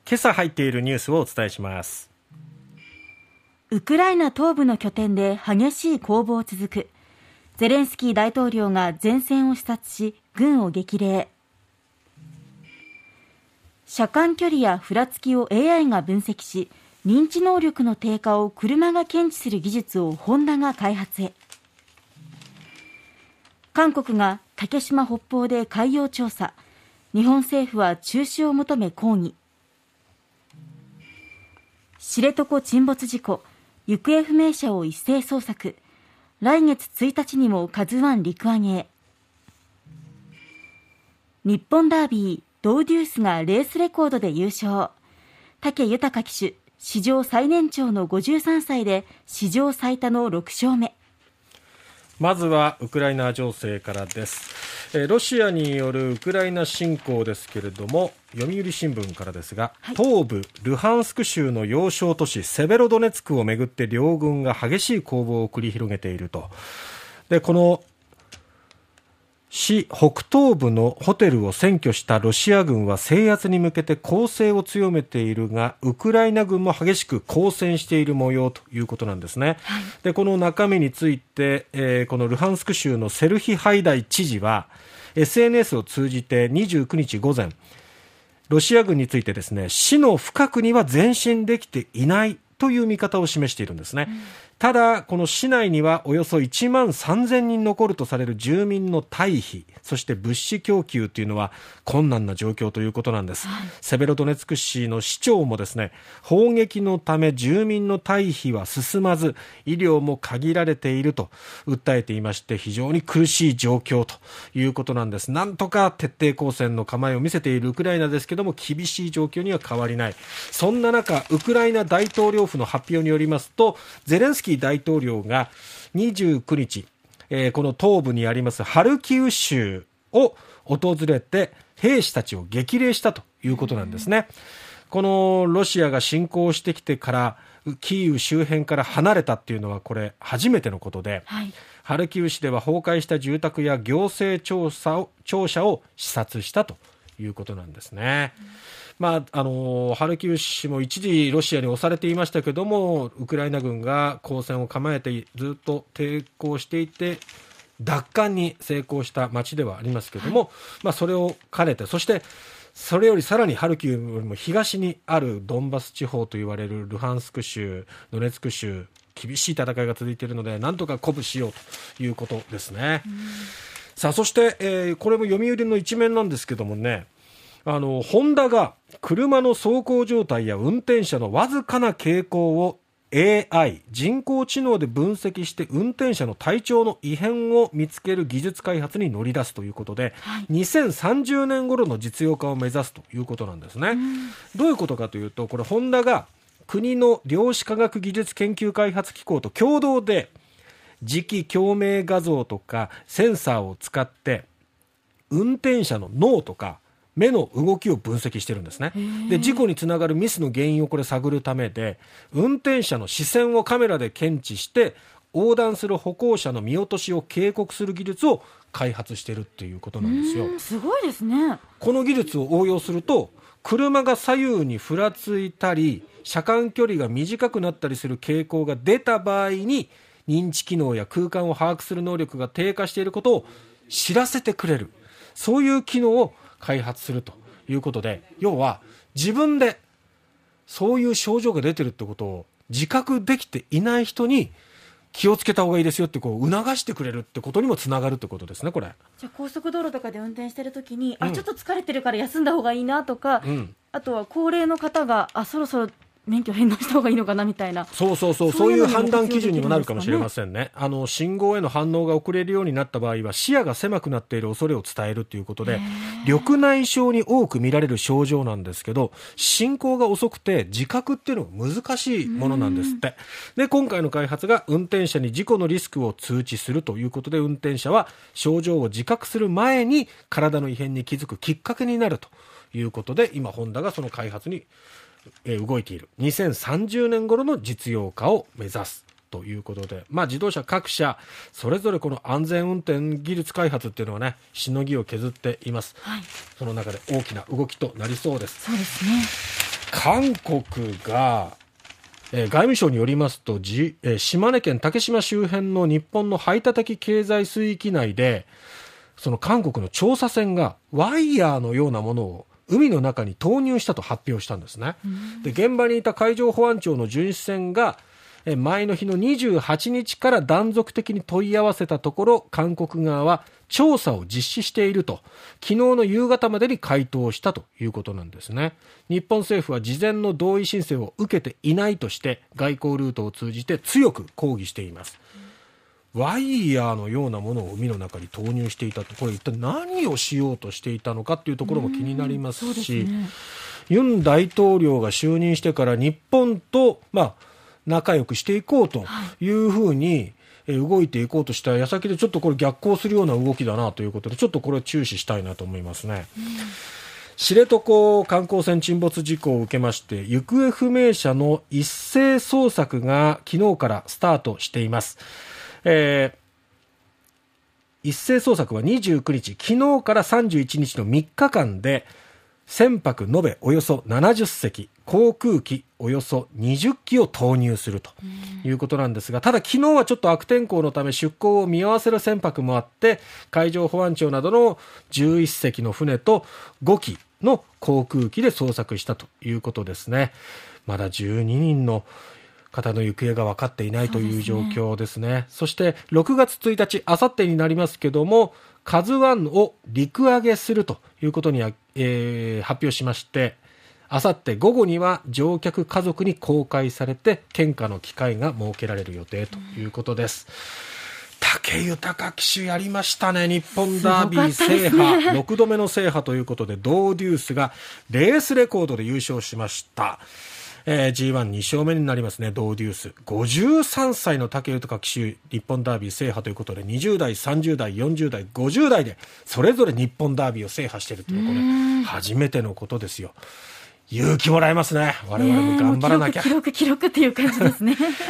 今朝入っているニュースをお伝えします。 ウクライナ東部の拠点で激しい攻防続く。ゼレンスキー大統領が前線を視察し、軍を激励。車間距離やふらつきを AI が分析し、認知能力の低下を車が検知する技術をホンダが開発へ。韓国が竹島北方で海洋調査。日本政府は中止を求め抗議。知床沈没事故。行方不明者を一斉捜索。来月1日にもKAZUINE陸揚げへ。日本ダービー、ドウデュースがレースレコードで優勝。武豊騎手、史上最年長の53歳で史上最多の6勝目。 まずはウクライナ情勢からです。ロシアによるウクライナ侵攻ですけれども、読売新聞からですが、東部ルハンスク州の要衝都市セベロドネツクをめぐって両軍が激しい攻防を繰り広げていると。で、この市北東部のホテルを占拠したロシア軍は制圧に向けて攻勢を強めているが、ウクライナ軍も激しく抗戦している模様ということなんですね。で、この中身について、このルハンスク州のセルヒ・ハイダイ知事は SNS を通じて29日午前、ロシア軍についてですね、市の深くには前進できていないという見方を示しているんですね。ただこの市内にはおよそ1万3000人残るとされる住民の退避、そして物資供給というのは困難な状況ということなんです。セベロドネツク市の市長もですね、砲撃のため住民の退避は進まず、医療も限られていると訴えていまして、非常に苦しい状況ということなんです。なんとか徹底抗戦の構えを見せているウクライナですけども、厳しい状況には変わりない。そんな中、ウクライナ大統領府の発表によりますと、ゼレンスキー大統領が29日、この東部にありますハルキウ州を訪れて兵士たちを激励したということなんですね。このロシアが侵攻してきてからキーウ周辺から離れたっていうのはこれ初めてのことで、ハルキウ市では崩壊した住宅や行政庁舎を視察したということなんですね。ハルキウ市も一時ロシアに押されていましたけども、ウクライナ軍が攻勢を構えてずっと抵抗していて奪還に成功した町ではありますけども、それを兼ねて、そしてそれよりさらにハルキウよりも東にあるドンバス地方と言われるルハンスク州、ドネツク州、厳しい戦いが続いているので、なんとか鼓舞しようということですね。さあ、そして、これも読売の一面なんですけどもね、ホンダが車の走行状態や運転者のわずかな傾向を AI 人工知能で分析して運転者の体調の異変を見つける技術開発に乗り出すということで、2030年頃の実用化を目指すということなんですね。どういうことかというと、これホンダが国の量子科学技術研究開発機構と共同で磁気共鳴画像とかセンサーを使って運転者の脳とか目の動きを分析してるんですね。で、事故につながるミスの原因をこれ探るためで、運転者の視線をカメラで検知して横断する歩行者の見落としを警告する技術を開発しているっていうことなんですよ。 すごいですね。 この技術を応用すると、車が左右にふらついたり車間距離が短くなったりする傾向が出た場合に、認知機能や空間を把握する能力が低下していることを知らせてくれる、そういう機能を開発するということで、要は自分でそういう症状が出てるってことを自覚できていない人に気をつけた方がいいですよってこう促してくれるってことにもつながるってことですね。これじゃあ高速道路とかで運転してるときに、ちょっと疲れてるから休んだ方がいいなとか、あとは高齢の方がそろそろ免許返納した方がいいのかなみたいな、 そういう判断基準にもなるかもしれませんね。信号への反応が遅れるようになった場合は視野が狭くなっている恐れを伝えるということで、緑内障に多く見られる症状なんですけど、進行が遅くて自覚っていうのが難しいものなんですって。で、今回の開発が運転者に事故のリスクを通知するということで、運転者は症状を自覚する前に体の異変に気づくきっかけになるということで、今ホンダがその開発に動いている。2030年頃の実用化を目指すということで、自動車各社それぞれこの安全運転技術開発っていうのはね、しのぎを削っています。その中で大きな動きとなりそうです。 そうですね。 韓国が、外務省によりますと、島根県竹島周辺の日本の排他的経済水域内で、その韓国の調査船がワイヤーのようなものを海の中に投入したと発表したんですね。で、現場にいた海上保安庁の巡視船が前の日の28日から断続的に問い合わせたところ、韓国側は調査を実施していると昨日の夕方までに回答したということなんですね。日本政府は事前の同意申請を受けていないとして外交ルートを通じて強く抗議しています。ワイヤーのようなものを海の中に投入していたと、これ一体何をしようとしていたのかというところも気になりますし、ユン大統領が就任してから日本と、仲良くしていこうというふうに動いていこうとした矢先で、ちょっとこれ逆行するような動きだなということで、ちょっとこれ注視したいなと思いますね。知床観光船沈没事故を受けまして、行方不明者の一斉捜索が昨日からスタートしています。一斉捜索は29日、昨日から31日の3日間で船舶延べおよそ70隻、航空機およそ20機を投入するということなんですが、ただ昨日はちょっと悪天候のため出港を見合わせる船舶もあって、海上保安庁などの11隻の船と5機の航空機で捜索したということですね。まだ12人の方の行方が分かっていないという状況ですね。そして6月1日、あさってになりますけども、KAZUINEを陸揚げするということに、発表しまして、あさって午後には乗客家族に公開されて献花の機会が設けられる予定ということです。武豊騎手やりましたね。日本ダービー制覇、6度目の制覇ということで、ドーデュースがレースレコードで優勝しました。G12 勝目になりますね。ドーデュース53歳の武豊騎手、日本ダービー制覇ということで、20代30代40代50代でそれぞれ日本ダービーを制覇しているという、これ初めてのことですよ。勇気もらえますね。我々も頑張らなきゃ。 記録っていう感じですね。